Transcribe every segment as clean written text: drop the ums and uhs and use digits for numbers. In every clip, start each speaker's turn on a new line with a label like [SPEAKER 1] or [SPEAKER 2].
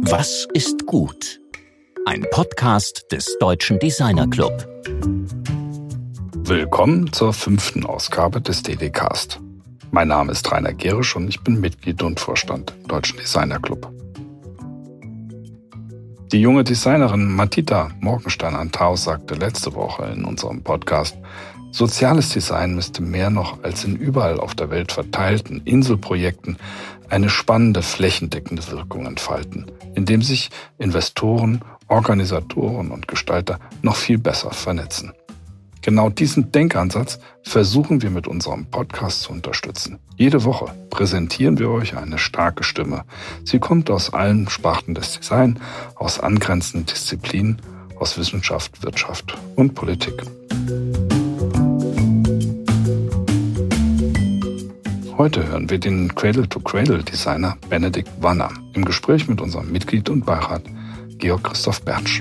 [SPEAKER 1] Was ist gut? Ein Podcast des Deutschen Designer Club.
[SPEAKER 2] Willkommen zur 5. Ausgabe des DD-Cast. Mein Name ist Rainer Gerisch und ich bin Mitglied und Vorstand im Deutschen Designer Club. Die junge Designerin Matita Morgenstern-Antau sagte letzte Woche in unserem Podcast, soziales Design müsste mehr noch als in überall auf der Welt verteilten Inselprojekten eine spannende, flächendeckende Wirkung entfalten, indem sich Investoren, Organisatoren und Gestalter noch viel besser vernetzen. Genau diesen Denkansatz versuchen wir mit unserem Podcast zu unterstützen. Jede Woche präsentieren wir euch eine starke Stimme. Sie kommt aus allen Sparten des Design, aus angrenzenden Disziplinen, aus Wissenschaft, Wirtschaft und Politik. Heute hören wir den Cradle-to-Cradle-Designer Benedikt Wanner im Gespräch mit unserem Mitglied und Beirat Georg Christoph Bertsch.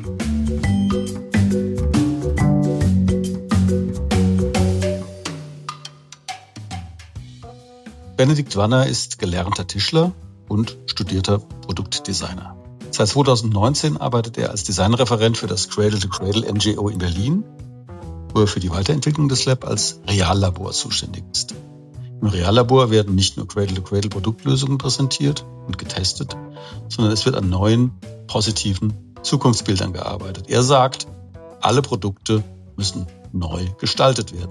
[SPEAKER 3] Benedikt Wanner ist gelernter Tischler und studierter Produktdesigner. Seit 2019 arbeitet er als Designreferent für das Cradle-to-Cradle NGO in Berlin, wo er für die Weiterentwicklung des Lab als Reallabor zuständig ist. Im Reallabor werden nicht nur Cradle-to-Cradle-Produktlösungen präsentiert und getestet, sondern es wird an neuen, positiven Zukunftsbildern gearbeitet. Er sagt, alle Produkte müssen neu gestaltet werden.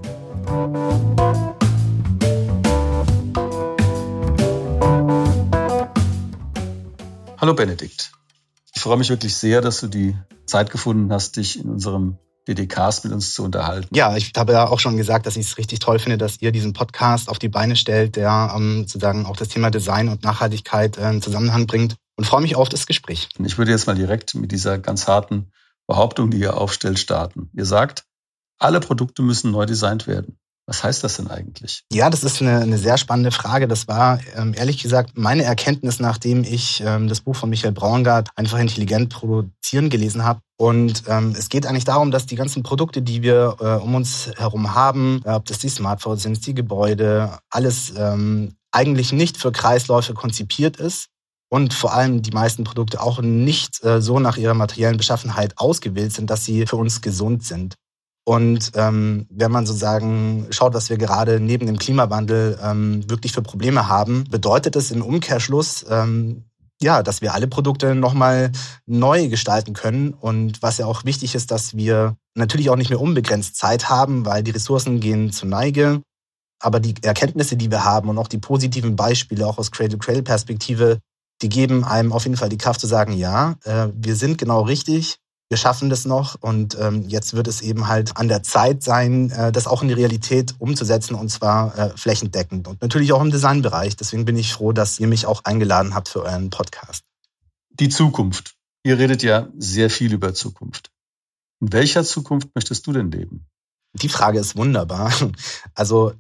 [SPEAKER 3] Hallo Benedikt. Ich freue mich wirklich sehr, dass du die Zeit gefunden hast, dich in unserem DD-Cast mit uns zu unterhalten.
[SPEAKER 4] Ja, ich habe ja auch schon gesagt, dass ich es richtig toll finde, dass ihr diesen Podcast auf die Beine stellt, der sozusagen auch das Thema Design und Nachhaltigkeit in Zusammenhang bringt, und freue mich auf das Gespräch.
[SPEAKER 3] Ich würde jetzt mal direkt mit dieser ganz harten Behauptung, die ihr aufstellt, starten. Ihr sagt, alle Produkte müssen neu designt werden. Was heißt das denn eigentlich?
[SPEAKER 4] Ja, das ist eine sehr spannende Frage. Das war, ehrlich gesagt, meine Erkenntnis, nachdem ich das Buch von Michael Braungart, Einfach intelligent produzieren, gelesen habe. Und es geht eigentlich darum, dass die ganzen Produkte, die wir um uns herum haben, ob das die Smartphones sind, die Gebäude, alles eigentlich nicht für Kreisläufe konzipiert ist. Und vor allem die meisten Produkte auch nicht so nach ihrer materiellen Beschaffenheit ausgewählt sind, dass sie für uns gesund sind. Und wenn man sozusagen schaut, was wir gerade neben dem Klimawandel wirklich für Probleme haben, bedeutet es im Umkehrschluss, dass wir alle Produkte nochmal neu gestalten können. Und was ja auch wichtig ist, dass wir natürlich auch nicht mehr unbegrenzt Zeit haben, weil die Ressourcen gehen zur Neige. Aber die Erkenntnisse, die wir haben und auch die positiven Beispiele, auch aus Cradle-to-Cradle-Perspektive, die geben einem auf jeden Fall die Kraft zu sagen, ja, wir sind genau richtig. Wir schaffen das noch, und jetzt wird es eben halt an der Zeit sein, das auch in die Realität umzusetzen, und zwar flächendeckend und natürlich auch im Designbereich. Deswegen bin ich froh, dass ihr mich auch eingeladen habt für euren Podcast.
[SPEAKER 3] Die Zukunft. Ihr redet ja sehr viel über Zukunft. In welcher Zukunft möchtest du denn leben?
[SPEAKER 4] Die Frage ist wunderbar. Also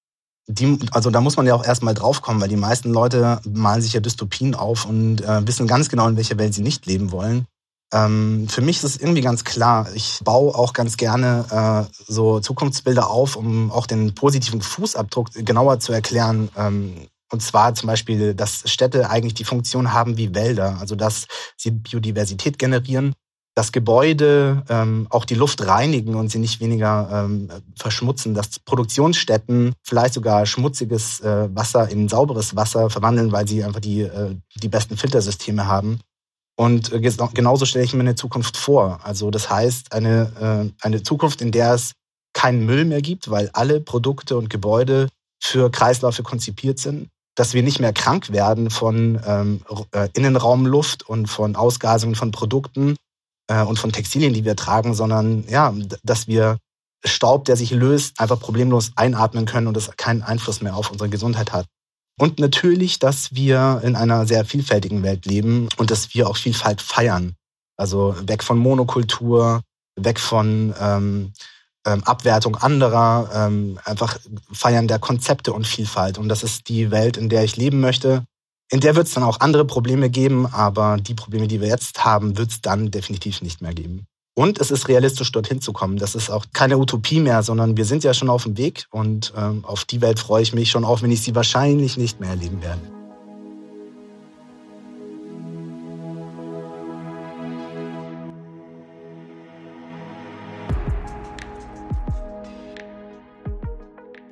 [SPEAKER 4] da muss man ja auch erstmal drauf kommen, weil die meisten Leute malen sich ja Dystopien auf und wissen ganz genau, in welcher Welt sie nicht leben wollen. Für mich ist es irgendwie ganz klar, ich baue auch ganz gerne so Zukunftsbilder auf, um auch den positiven Fußabdruck genauer zu erklären. Und zwar zum Beispiel, dass Städte eigentlich die Funktion haben wie Wälder, also dass sie Biodiversität generieren, dass Gebäude auch die Luft reinigen und sie nicht weniger verschmutzen, dass Produktionsstätten vielleicht sogar schmutziges Wasser in sauberes Wasser verwandeln, weil sie einfach die besten Filtersysteme haben. Und genauso stelle ich mir eine Zukunft vor. Also das heißt, eine Zukunft, in der es keinen Müll mehr gibt, weil alle Produkte und Gebäude für Kreisläufe konzipiert sind. Dass wir nicht mehr krank werden von Innenraumluft und von Ausgasungen von Produkten und von Textilien, die wir tragen, sondern ja, dass wir Staub, der sich löst, einfach problemlos einatmen können und das keinen Einfluss mehr auf unsere Gesundheit hat. Und natürlich, dass wir in einer sehr vielfältigen Welt leben und dass wir auch Vielfalt feiern. Also weg von Monokultur, weg von Abwertung anderer, einfach Feiern der Konzepte und Vielfalt. Und das ist die Welt, in der ich leben möchte. In der wird es dann auch andere Probleme geben, aber die Probleme, die wir jetzt haben, wird es dann definitiv nicht mehr geben. Und es ist realistisch, dorthin zu kommen. Das ist auch keine Utopie mehr, sondern wir sind ja schon auf dem Weg. Und auf die Welt freue ich mich schon, auch wenn ich sie wahrscheinlich nicht mehr erleben werde.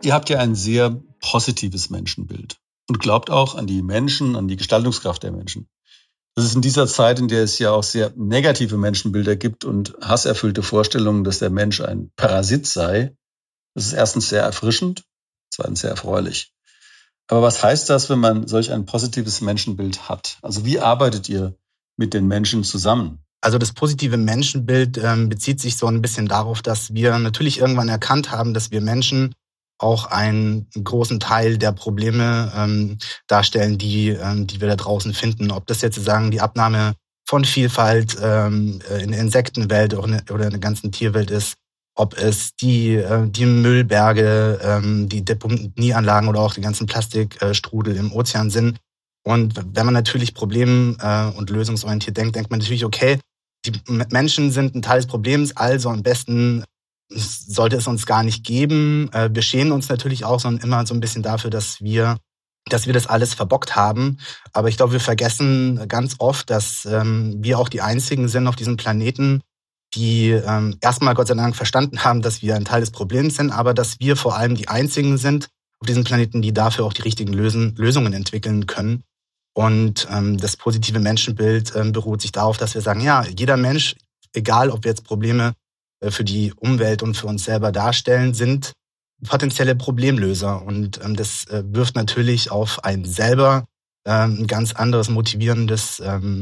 [SPEAKER 3] Ihr habt ja ein sehr positives Menschenbild und glaubt auch an die Menschen, an die Gestaltungskraft der Menschen. Das ist in dieser Zeit, in der es ja auch sehr negative Menschenbilder gibt und hasserfüllte Vorstellungen, dass der Mensch ein Parasit sei. Das ist erstens sehr erfrischend, zweitens sehr erfreulich. Aber was heißt das, wenn man solch ein positives Menschenbild hat? Also wie arbeitet ihr mit den Menschen zusammen?
[SPEAKER 4] Also das positive Menschenbild bezieht sich so ein bisschen darauf, dass wir natürlich irgendwann erkannt haben, dass wir Menschen auch einen großen Teil der Probleme darstellen, die wir da draußen finden. Ob das jetzt sagen die Abnahme von Vielfalt in der Insektenwelt oder in der ganzen Tierwelt ist, ob es die Müllberge, die Deponieanlagen oder auch die ganzen Plastikstrudel im Ozean sind. Und wenn man natürlich problem- und lösungsorientiert denkt, denkt man natürlich, okay, die Menschen sind ein Teil des Problems, also am besten sollte es uns gar nicht geben. Wir schämen uns natürlich auch immer so ein bisschen dafür, dass wir das alles verbockt haben. Aber ich glaube, wir vergessen ganz oft, dass wir auch die Einzigen sind auf diesem Planeten, die erstmal Gott sei Dank verstanden haben, dass wir ein Teil des Problems sind, aber dass wir vor allem die Einzigen sind auf diesem Planeten, die dafür auch die richtigen Lösungen entwickeln können. Und das positive Menschenbild beruht sich darauf, dass wir sagen, ja, jeder Mensch, egal ob wir jetzt Probleme für die Umwelt und für uns selber darstellen, sind potenzielle Problemlöser. Und das wirft natürlich auf einen selber ein ganz anderes, motivierendes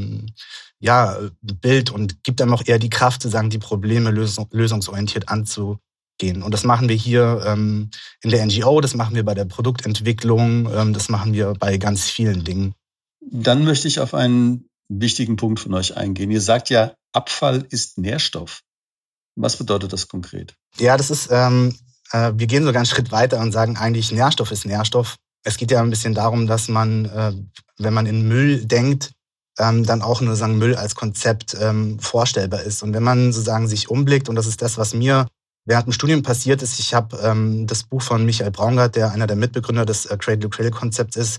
[SPEAKER 4] Bild und gibt einem auch eher die Kraft zu sagen, die Probleme lösungsorientiert anzugehen. Und das machen wir hier in der NGO, das machen wir bei der Produktentwicklung, das machen wir bei ganz vielen Dingen.
[SPEAKER 3] Dann möchte ich auf einen wichtigen Punkt von euch eingehen. Ihr sagt ja, Abfall ist Nährstoff. Was bedeutet das konkret?
[SPEAKER 4] Ja, das ist, wir gehen sogar einen Schritt weiter und sagen eigentlich, Nährstoff ist Nährstoff. Es geht ja ein bisschen darum, dass man, wenn man in Müll denkt, dann auch nur sagen, Müll als Konzept vorstellbar ist. Und wenn man sozusagen sich umblickt, und das ist das, was mir während dem Studium passiert ist, ich habe das Buch von Michael Braungart, der einer der Mitbegründer des Cradle-to-Cradle-Konzepts ist,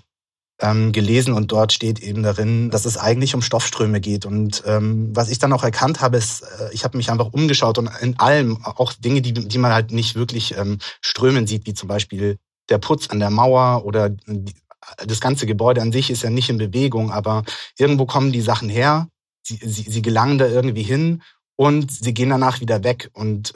[SPEAKER 4] gelesen und dort steht eben darin, dass es eigentlich um Stoffströme geht. Und was ich dann auch erkannt habe, ist, ich habe mich einfach umgeschaut und in allem, auch Dinge, die man halt nicht wirklich strömen sieht, wie zum Beispiel der Putz an der Mauer oder das ganze Gebäude an sich ist ja nicht in Bewegung, aber irgendwo kommen die Sachen her, sie gelangen da irgendwie hin und sie gehen danach wieder weg. Und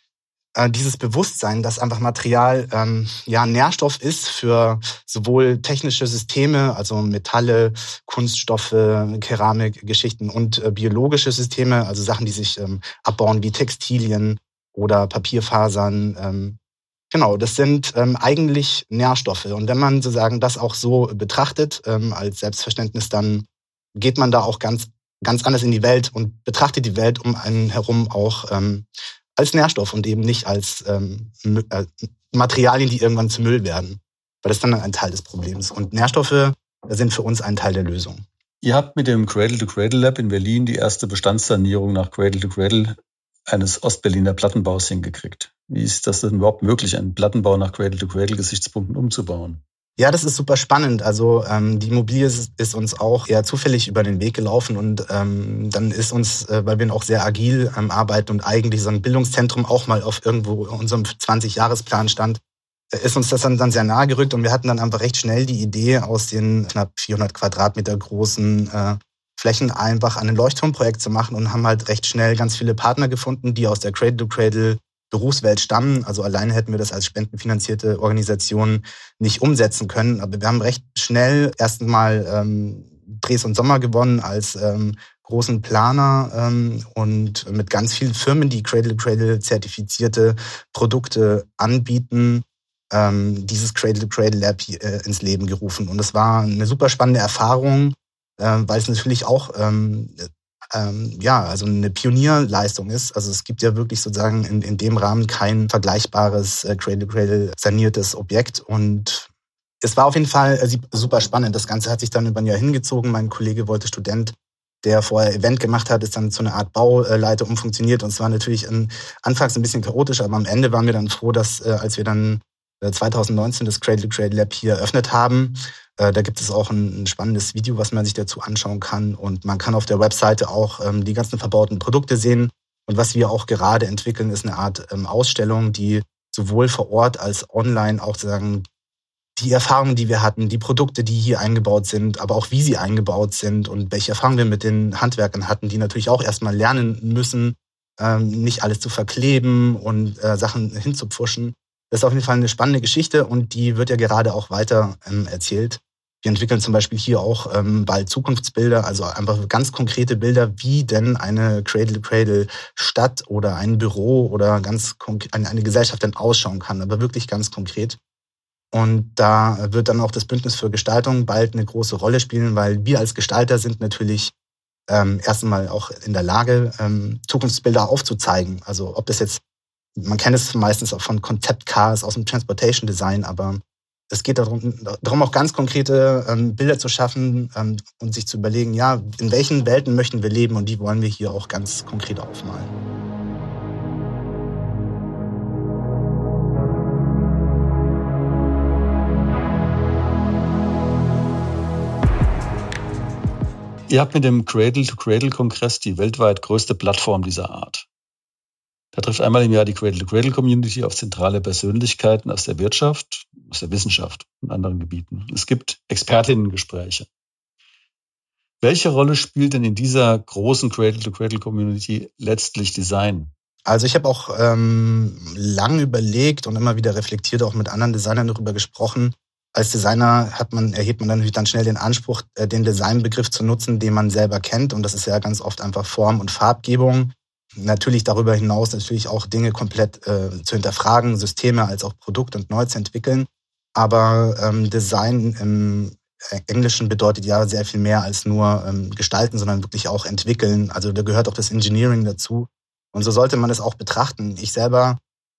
[SPEAKER 4] dieses Bewusstsein, dass einfach Material Nährstoff ist für sowohl technische Systeme, also Metalle, Kunststoffe, Keramik, Geschichten und biologische Systeme, also Sachen, die sich abbauen wie Textilien oder Papierfasern. Genau, das sind eigentlich Nährstoffe. Und wenn man sozusagen das auch so betrachtet als Selbstverständnis, dann geht man da auch ganz anders in die Welt und betrachtet die Welt um einen herum auch als Nährstoff und eben nicht als Materialien, die irgendwann zu Müll werden. Weil das dann ein Teil des Problems. Und Nährstoffe sind für uns ein Teil der Lösung.
[SPEAKER 3] Ihr habt mit dem Cradle-to-Cradle Lab in Berlin die erste Bestandssanierung nach Cradle-to-Cradle eines Ostberliner Plattenbaus hingekriegt. Wie ist das denn überhaupt möglich, einen Plattenbau nach Cradle-to-Cradle-Gesichtspunkten umzubauen?
[SPEAKER 4] Ja, das ist super spannend. Also die Immobilie ist uns auch eher zufällig über den Weg gelaufen und dann ist uns, weil wir auch sehr agil arbeiten und eigentlich so ein Bildungszentrum auch mal auf irgendwo in unserem 20-Jahresplan stand, ist uns das dann sehr nahe gerückt und wir hatten dann einfach recht schnell die Idee, aus den knapp 400 Quadratmeter großen Flächen einfach ein Leuchtturmprojekt zu machen und haben halt recht schnell ganz viele Partner gefunden, die aus der Cradle-to-Cradle Berufswelt stammen. Also alleine hätten wir das als spendenfinanzierte Organisation nicht umsetzen können. Aber wir haben recht schnell erst mal Dres und Sommer gewonnen als großen Planer und mit ganz vielen Firmen, die Cradle-to-Cradle zertifizierte Produkte anbieten, dieses Cradle-to-Cradle Lab ins Leben gerufen. Und das war eine super spannende Erfahrung, weil es natürlich auch also eine Pionierleistung ist. Also es gibt ja wirklich sozusagen in dem Rahmen kein vergleichbares Cradle-to-Cradle saniertes Objekt. Und es war auf jeden Fall super spannend. Das Ganze hat sich dann über ein Jahr hingezogen. Mein Kollege Student, der vorher Event gemacht hat, ist dann zu einer Art Bauleiter umfunktioniert. Und es war natürlich anfangs ein bisschen chaotisch, aber am Ende waren wir dann froh, dass als wir dann 2019 das Cradle-to-Cradle Lab hier eröffnet haben. Da gibt es auch ein spannendes Video, was man sich dazu anschauen kann. Und man kann auf der Webseite auch die ganzen verbauten Produkte sehen. Und was wir auch gerade entwickeln, ist eine Art Ausstellung, die sowohl vor Ort als online auch sagen, die Erfahrungen, die wir hatten, die Produkte, die hier eingebaut sind, aber auch wie sie eingebaut sind und welche Erfahrungen wir mit den Handwerkern hatten, die natürlich auch erstmal lernen müssen, nicht alles zu verkleben und Sachen hinzupfuschen. Das ist auf jeden Fall eine spannende Geschichte und die wird ja gerade auch weiter erzählt. Wir entwickeln zum Beispiel hier auch bald Zukunftsbilder, also einfach ganz konkrete Bilder, wie denn eine Cradle-to-Cradle-Stadt oder ein Büro oder eine Gesellschaft dann ausschauen kann, aber wirklich ganz konkret. Und da wird dann auch das Bündnis für Gestaltung bald eine große Rolle spielen, weil wir als Gestalter sind natürlich erst einmal auch in der Lage, Zukunftsbilder aufzuzeigen. Also ob das jetzt, man kennt es meistens auch von Concept Cars aus dem Transportation Design, aber es geht darum auch ganz konkrete Bilder zu schaffen und sich zu überlegen, ja, in welchen Welten möchten wir leben und die wollen wir hier auch ganz konkret aufmalen.
[SPEAKER 3] Ihr habt mit dem Cradle-to-Cradle-Kongress die weltweit größte Plattform dieser Art. Da trifft einmal im Jahr die Cradle-to-Cradle-Community auf zentrale Persönlichkeiten aus der Wirtschaft, aus der Wissenschaft und anderen Gebieten. Es gibt Expertinnengespräche. Welche Rolle spielt denn in dieser großen Cradle-to-Cradle-Community letztlich Design?
[SPEAKER 4] Also ich habe auch lange überlegt und immer wieder reflektiert, auch mit anderen Designern darüber gesprochen. Als Designer erhebt man dann natürlich dann schnell den Anspruch, den Designbegriff zu nutzen, den man selber kennt. Und das ist ja ganz oft einfach Form und Farbgebung. Natürlich darüber hinaus natürlich auch Dinge komplett zu hinterfragen, Systeme als auch Produkt und neu zu entwickeln. Aber Design im Englischen bedeutet ja sehr viel mehr als nur gestalten, sondern wirklich auch entwickeln. Also da gehört auch das Engineering dazu. Und so sollte man das auch betrachten. Ich selber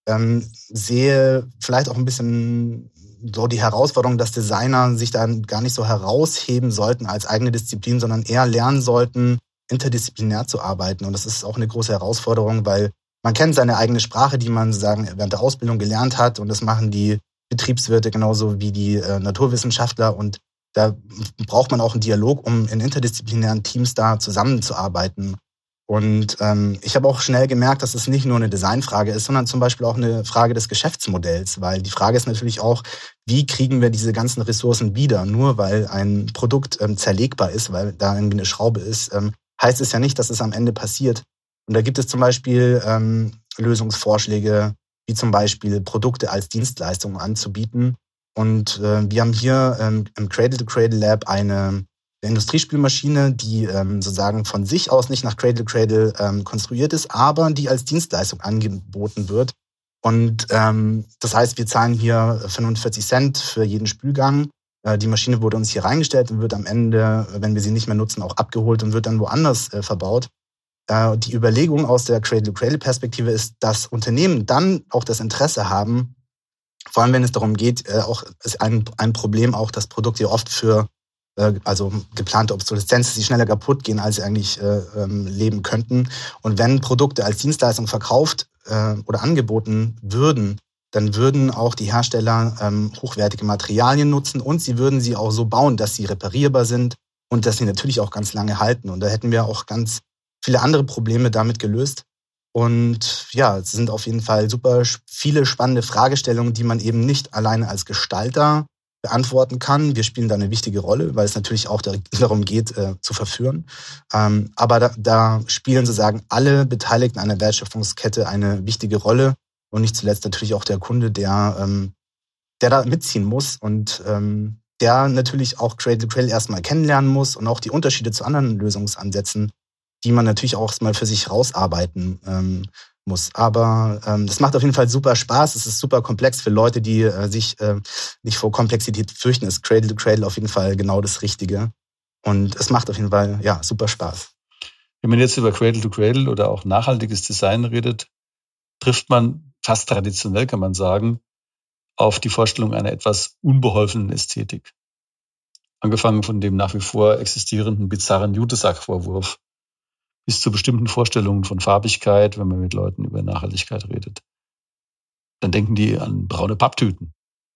[SPEAKER 4] sehe vielleicht auch ein bisschen so die Herausforderung, dass Designer sich dann gar nicht so herausheben sollten als eigene Disziplin, sondern eher lernen sollten, interdisziplinär zu arbeiten. Und das ist auch eine große Herausforderung, weil man kennt seine eigene Sprache, die man sozusagen während der Ausbildung gelernt hat. Und das machen die Betriebswirte genauso wie die Naturwissenschaftler. Und da braucht man auch einen Dialog, um in interdisziplinären Teams da zusammenzuarbeiten. Und ich habe auch schnell gemerkt, dass es nicht nur eine Designfrage ist, sondern zum Beispiel auch eine Frage des Geschäftsmodells. Weil die Frage ist natürlich auch, wie kriegen wir diese ganzen Ressourcen wieder? Nur weil ein Produkt zerlegbar ist, weil da irgendwie eine Schraube ist, heißt es ja nicht, dass es am Ende passiert. Und da gibt es zum Beispiel Lösungsvorschläge, wie zum Beispiel Produkte als Dienstleistung anzubieten. Und wir haben hier im Cradle-to-Cradle Lab eine Industriespülmaschine, die sozusagen von sich aus nicht nach Cradle-to-Cradle konstruiert ist, aber die als Dienstleistung angeboten wird. Und das heißt, wir zahlen hier 45 Cent für jeden Spülgang. Die Maschine wurde uns hier reingestellt und wird am Ende, wenn wir sie nicht mehr nutzen, auch abgeholt und wird dann woanders verbaut. Die Überlegung aus der Cradle-to-Cradle-Perspektive ist, dass Unternehmen dann auch das Interesse haben, vor allem wenn es darum geht, auch ist ein Problem auch, dass Produkte oft für also geplante Obsoleszenz, die schneller kaputt gehen, als sie eigentlich leben könnten. Und wenn Produkte als Dienstleistung verkauft oder angeboten würden, dann würden auch die Hersteller hochwertige Materialien nutzen und sie würden sie auch so bauen, dass sie reparierbar sind und dass sie natürlich auch ganz lange halten. Und da hätten wir auch ganz viele andere Probleme damit gelöst. Und ja, es sind auf jeden Fall super viele spannende Fragestellungen, die man eben nicht alleine als Gestalter beantworten kann. Wir spielen da eine wichtige Rolle, weil es natürlich auch darum geht, zu verführen. Aber da spielen sozusagen alle Beteiligten einer Wertschöpfungskette eine wichtige Rolle und nicht zuletzt natürlich auch der Kunde, der da mitziehen muss und der natürlich auch Cradle-to-Cradle erstmal kennenlernen muss und auch die Unterschiede zu anderen Lösungsansätzen, die man natürlich auch mal für sich rausarbeiten muss. Aber das macht auf jeden Fall super Spaß. Es ist super komplex für Leute, die sich nicht vor Komplexität fürchten. Ist Cradle-to-Cradle auf jeden Fall genau das Richtige. Und es macht auf jeden Fall super Spaß.
[SPEAKER 3] Wenn man jetzt über Cradle-to-Cradle oder auch nachhaltiges Design redet, trifft man fast traditionell, kann man sagen, auf die Vorstellung einer etwas unbeholfenen Ästhetik. Angefangen von dem nach wie vor existierenden bizarren Jutesack-Vorwurf bis zu bestimmten Vorstellungen von Farbigkeit, wenn man mit Leuten über Nachhaltigkeit redet. Dann denken die an braune Papptüten.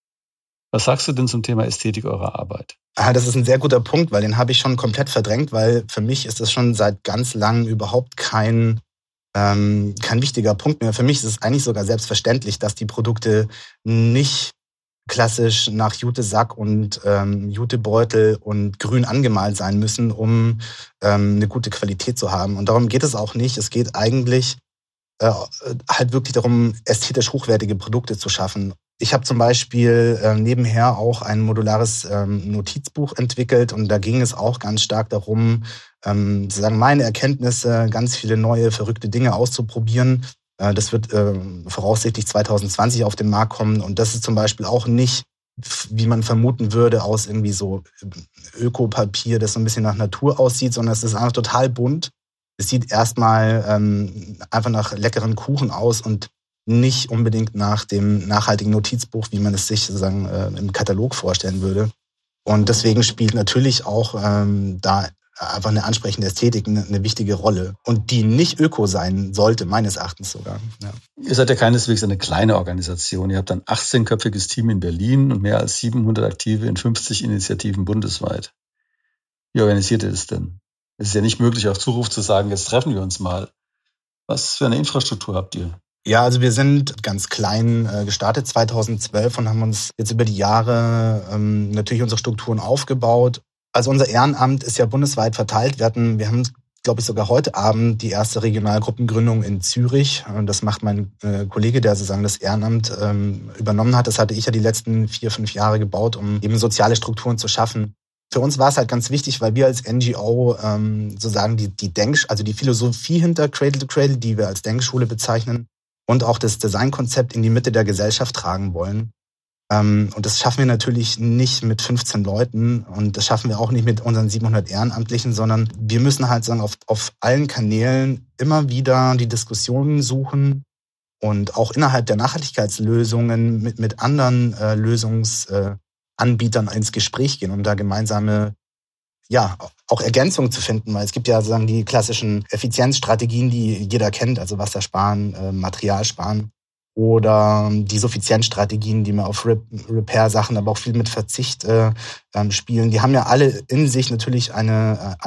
[SPEAKER 3] Was sagst du denn zum Thema Ästhetik eurer Arbeit?
[SPEAKER 4] Das ist ein sehr guter Punkt, weil den habe ich schon komplett verdrängt, weil für mich ist das schon seit ganz langem überhaupt kein kein wichtiger Punkt mehr. Für mich ist es eigentlich sogar selbstverständlich, dass die Produkte nicht klassisch nach Jutesack und Jutebeutel und grün angemalt sein müssen, um eine gute Qualität zu haben. Und darum geht es auch nicht. Es geht eigentlich halt wirklich darum, ästhetisch hochwertige Produkte zu schaffen. Ich habe zum Beispiel nebenher auch ein modulares Notizbuch entwickelt und da ging es auch ganz stark darum, sozusagen meine Erkenntnisse, ganz viele neue, verrückte Dinge auszuprobieren. Das wird voraussichtlich 2020 auf den Markt kommen und das ist zum Beispiel auch nicht, wie man vermuten würde, aus irgendwie so Ökopapier, das so ein bisschen nach Natur aussieht, sondern es ist einfach total bunt. Es sieht erstmal einfach nach leckeren Kuchen aus und nicht unbedingt nach dem nachhaltigen Notizbuch, wie man es sich sozusagen im Katalog vorstellen würde. Und deswegen spielt natürlich auch da einfach eine ansprechende Ästhetik eine wichtige Rolle. Und die nicht öko sein sollte, meines Erachtens sogar. Ja.
[SPEAKER 3] Ihr seid ja keineswegs eine kleine Organisation. Ihr habt ein 18-köpfiges Team in Berlin und mehr als 700 Aktive in 50 Initiativen bundesweit. Wie organisiert ihr das denn? Es ist ja nicht möglich, auf Zuruf zu sagen, jetzt treffen wir uns mal. Was für eine Infrastruktur habt ihr?
[SPEAKER 4] Ja, also wir sind ganz klein gestartet 2012 und haben uns jetzt über die Jahre natürlich unsere Strukturen aufgebaut. Also unser Ehrenamt ist ja bundesweit verteilt. Wir haben, glaube ich, sogar heute Abend die erste Regionalgruppengründung in Zürich. Und das macht mein Kollege, der sozusagen das Ehrenamt übernommen hat. Das hatte ich ja die letzten 4-5 Jahre gebaut, um eben soziale Strukturen zu schaffen. Für uns war es halt ganz wichtig, weil wir als NGO sozusagen die Philosophie hinter Cradle to Cradle, die wir als Denkschule bezeichnen, und auch das Designkonzept in die Mitte der Gesellschaft tragen wollen. Und das schaffen wir natürlich nicht mit 15 Leuten und das schaffen wir auch nicht mit unseren 700 Ehrenamtlichen, sondern wir müssen halt sagen, auf allen Kanälen immer wieder die Diskussionen suchen und auch innerhalb der Nachhaltigkeitslösungen mit anderen Lösungsanbietern ins Gespräch gehen, um da gemeinsame, ja, auch Ergänzungen zu finden, weil es gibt ja sozusagen die klassischen Effizienzstrategien, die jeder kennt, also Wasser sparen, Material sparen. Oder die Suffizienzstrategien, die man auf Repair-Sachen, aber auch viel mit Verzicht spielen. Die haben ja alle in sich natürlich eine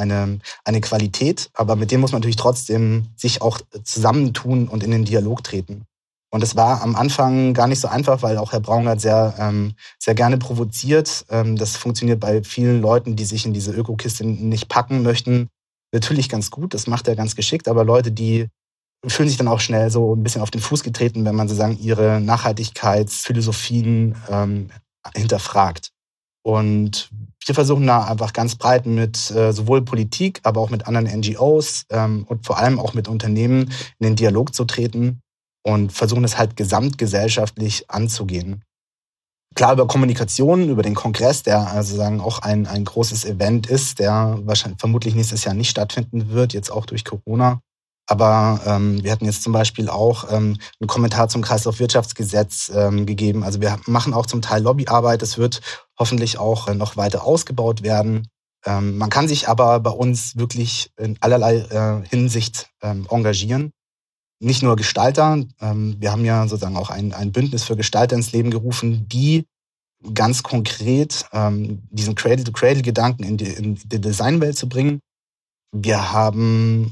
[SPEAKER 4] Qualität, aber mit denen muss man natürlich trotzdem sich auch zusammentun und in den Dialog treten. Und es war am Anfang gar nicht so einfach, weil auch Herr Braungart sehr gerne provoziert. Das funktioniert bei vielen Leuten, die sich in diese Ökokiste nicht packen möchten, natürlich ganz gut. Das macht er ganz geschickt, aber Leute, die fühlen sich dann auch schnell so ein bisschen auf den Fuß getreten, wenn man sozusagen ihre Nachhaltigkeitsphilosophien hinterfragt. Und wir versuchen da einfach ganz breit mit sowohl Politik, aber auch mit anderen NGOs und vor allem auch mit Unternehmen in den Dialog zu treten und versuchen es halt gesamtgesellschaftlich anzugehen. Klar, über Kommunikation, über den Kongress, der also sagen auch ein großes Event ist, der vermutlich nächstes Jahr nicht stattfinden wird, jetzt auch durch Corona. Aber wir hatten jetzt zum Beispiel auch einen Kommentar zum Kreislaufwirtschaftsgesetz gegeben. Also wir machen auch zum Teil Lobbyarbeit. Das wird hoffentlich auch noch weiter ausgebaut werden. Man kann sich aber bei uns wirklich in allerlei Hinsicht engagieren. Nicht nur Gestalter. Wir haben ja sozusagen auch ein Bündnis für Gestalter ins Leben gerufen, die ganz konkret diesen Cradle-to-Cradle-Gedanken in die Designwelt zu bringen. Wir haben,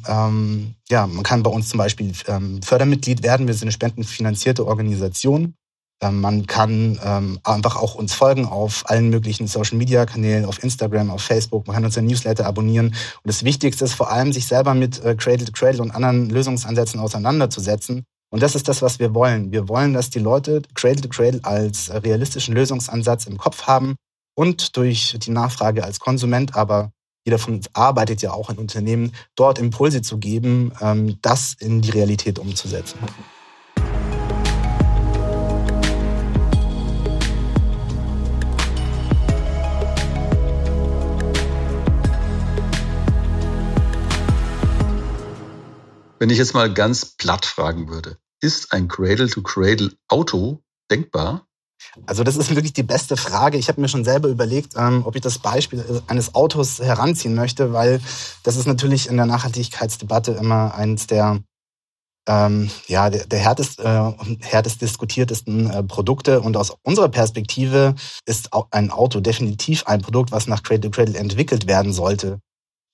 [SPEAKER 4] man kann bei uns zum Beispiel Fördermitglied werden. Wir sind eine spendenfinanzierte Organisation. Man kann einfach auch uns folgen auf allen möglichen Social-Media-Kanälen, auf Instagram, auf Facebook. Man kann unseren Newsletter abonnieren. Und das Wichtigste ist vor allem, sich selber mit Cradle to Cradle und anderen Lösungsansätzen auseinanderzusetzen. Und das ist das, was wir wollen. Wir wollen, dass die Leute Cradle to Cradle als realistischen Lösungsansatz im Kopf haben und durch die Nachfrage als Konsument, aber jeder von uns arbeitet ja auch in Unternehmen, dort Impulse zu geben, das in die Realität umzusetzen.
[SPEAKER 3] Wenn ich jetzt mal ganz platt fragen würde, ist ein Cradle-to-Cradle-Auto denkbar?
[SPEAKER 4] Also das ist wirklich die beste Frage. Ich habe mir schon selber überlegt, ob ich das Beispiel eines Autos heranziehen möchte, weil das ist natürlich in der Nachhaltigkeitsdebatte immer eins der härtest diskutiertesten Produkte. Und aus unserer Perspektive ist ein Auto definitiv ein Produkt, was nach Cradle to Cradle entwickelt werden sollte.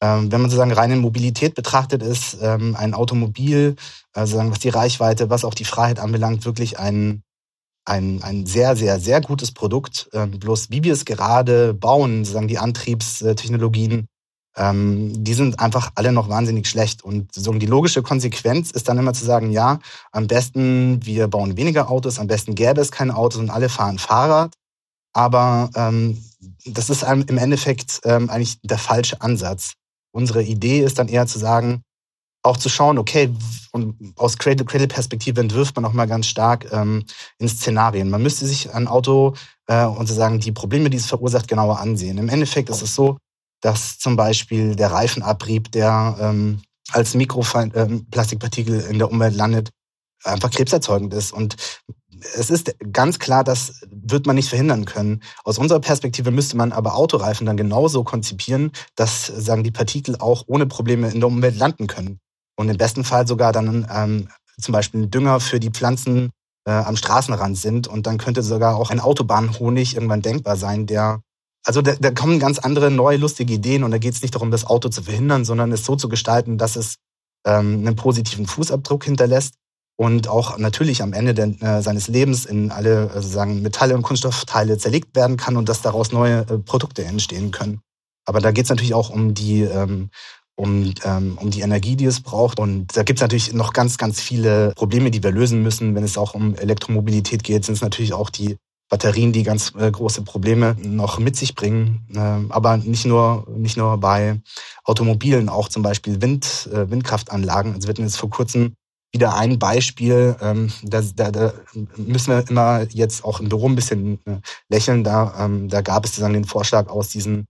[SPEAKER 4] Wenn man sozusagen reine Mobilität betrachtet, ist ein Automobil, sozusagen was die Reichweite, was auch die Freiheit anbelangt, wirklich ein sehr, sehr, sehr gutes Produkt. Bloß wie wir es gerade bauen, sozusagen die Antriebstechnologien, die sind einfach alle noch wahnsinnig schlecht. Und sozusagen die logische Konsequenz ist dann immer zu sagen, ja, am besten wir bauen weniger Autos, am besten gäbe es keine Autos und alle fahren Fahrrad. Aber das ist im Endeffekt eigentlich der falsche Ansatz. Unsere Idee ist dann eher zu sagen, auch zu schauen, okay, und aus Cradle-to-Cradle-Perspektive entwirft man auch mal ganz stark in Szenarien. Man müsste sich ein Auto und sozusagen die Probleme, die es verursacht, genauer ansehen. Im Endeffekt ist es so, dass zum Beispiel der Reifenabrieb, der als Mikroplastikpartikel in der Umwelt landet, einfach krebserzeugend ist. Und es ist ganz klar, das wird man nicht verhindern können. Aus unserer Perspektive müsste man aber Autoreifen dann genauso konzipieren, dass sagen die Partikel auch ohne Probleme in der Umwelt landen können. Und im besten Fall sogar dann zum Beispiel ein Dünger für die Pflanzen am Straßenrand sind. Und dann könnte sogar auch ein Autobahnhonig irgendwann denkbar sein, da kommen ganz andere, neue, lustige Ideen. Und da geht es nicht darum, das Auto zu verhindern, sondern es so zu gestalten, dass es einen positiven Fußabdruck hinterlässt. Und auch natürlich am Ende seines Lebens in alle sozusagen Metalle und Kunststoffteile zerlegt werden kann und dass daraus neue Produkte entstehen können. Aber da geht es natürlich auch um die Energie, die es braucht. Und da gibt es natürlich noch ganz, ganz viele Probleme, die wir lösen müssen. Wenn es auch um Elektromobilität geht, sind es natürlich auch die Batterien, die ganz große Probleme noch mit sich bringen. Aber nicht nur bei Automobilen, auch zum Beispiel Windkraftanlagen. Also wir hatten jetzt vor kurzem wieder ein Beispiel, da müssen wir immer jetzt auch im Büro ein bisschen lächeln. Da gab es sozusagen den Vorschlag, aus diesen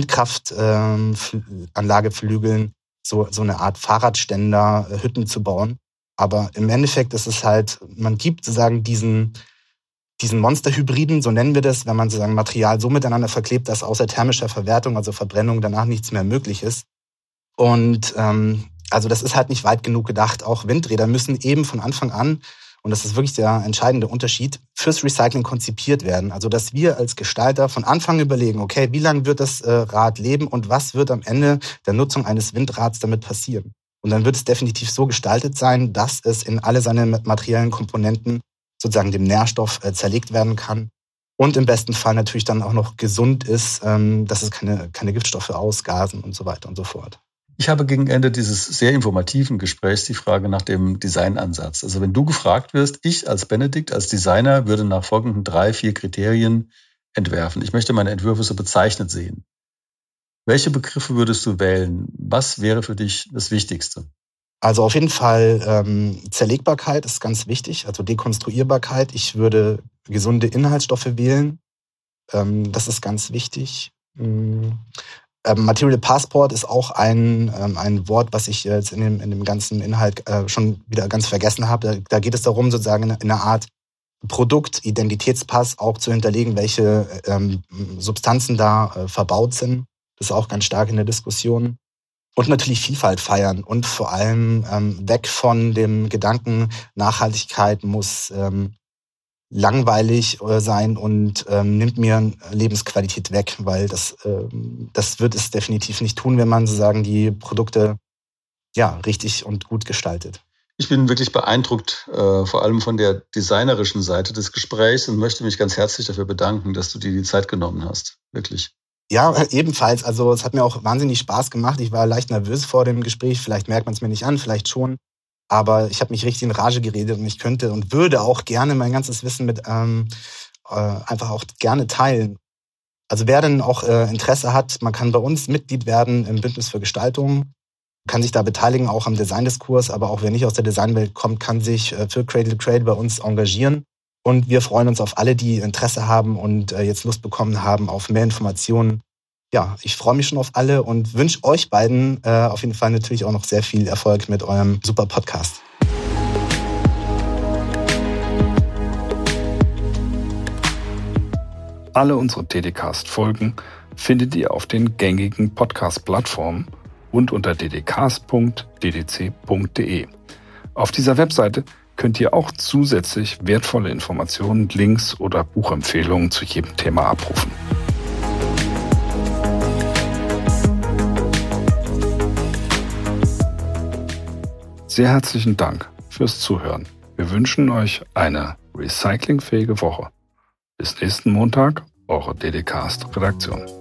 [SPEAKER 4] Windkraftanlageflügeln so eine Art Fahrradständer, Hütten zu bauen. Aber im Endeffekt ist es halt, man gibt sozusagen diesen Monsterhybriden, so nennen wir das, wenn man sozusagen Material so miteinander verklebt, dass außer thermischer Verwertung, also Verbrennung, danach nichts mehr möglich ist. Und also das ist halt nicht weit genug gedacht. Auch Windräder müssen eben von Anfang an, und das ist wirklich der entscheidende Unterschied, fürs Recycling konzipiert werden. Also dass wir als Gestalter von Anfang an überlegen, okay, wie lange wird das Rad leben und was wird am Ende der Nutzung eines Windrads damit passieren? Und dann wird es definitiv so gestaltet sein, dass es in alle seine materiellen Komponenten sozusagen dem Nährstoff zerlegt werden kann. Und im besten Fall natürlich dann auch noch gesund ist, dass es keine Giftstoffe ausgasen und so weiter und so fort.
[SPEAKER 3] Ich habe gegen Ende dieses sehr informativen Gesprächs die Frage nach dem Designansatz. Also wenn du gefragt wirst, ich als Benedikt, als Designer, würde nach folgenden 3-4 Kriterien entwerfen. Ich möchte meine Entwürfe so bezeichnet sehen. Welche Begriffe würdest du wählen? Was wäre für dich das Wichtigste?
[SPEAKER 4] Also auf jeden Fall Zerlegbarkeit ist ganz wichtig, also Dekonstruierbarkeit. Ich würde gesunde Inhaltsstoffe wählen. Das ist ganz wichtig. Material Passport ist auch ein Wort, was ich jetzt in dem ganzen Inhalt schon wieder ganz vergessen habe. Da geht es darum, sozusagen in einer Art Produkt-Identitätspass auch zu hinterlegen, welche Substanzen da verbaut sind. Das ist auch ganz stark in der Diskussion. Und natürlich Vielfalt feiern und vor allem weg von dem Gedanken, Nachhaltigkeit muss langweilig sein und nimmt mir Lebensqualität weg, weil das wird es definitiv nicht tun, wenn man sozusagen die Produkte richtig und gut gestaltet.
[SPEAKER 3] Ich bin wirklich beeindruckt, vor allem von der designerischen Seite des Gesprächs und möchte mich ganz herzlich dafür bedanken, dass du dir die Zeit genommen hast. Wirklich.
[SPEAKER 4] Ja, ebenfalls. Also es hat mir auch wahnsinnig Spaß gemacht. Ich war leicht nervös vor dem Gespräch. Vielleicht merkt man es mir nicht an, vielleicht schon. Aber ich habe mich richtig in Rage geredet und ich könnte und würde auch gerne mein ganzes Wissen mit einfach auch gerne teilen. Also wer denn auch Interesse hat, man kann bei uns Mitglied werden im Bündnis für Gestaltung, kann sich da beteiligen, auch am Designdiskurs. Aber auch wer nicht aus der Designwelt kommt, kann sich für Cradle to Cradle bei uns engagieren. Und wir freuen uns auf alle, die Interesse haben und jetzt Lust bekommen haben auf mehr Informationen. Ja, ich freue mich schon auf alle und wünsche euch beiden auf jeden Fall natürlich auch noch sehr viel Erfolg mit eurem super Podcast.
[SPEAKER 2] Alle unsere DDcast-Folgen findet ihr auf den gängigen Podcast-Plattformen und unter ddcast.ddc.de. Auf dieser Webseite könnt ihr auch zusätzlich wertvolle Informationen, Links oder Buchempfehlungen zu jedem Thema abrufen. sehr herzlichen Dank fürs Zuhören. Wir wünschen euch eine recyclingfähige Woche. Bis nächsten Montag, eure DDcast-Redaktion.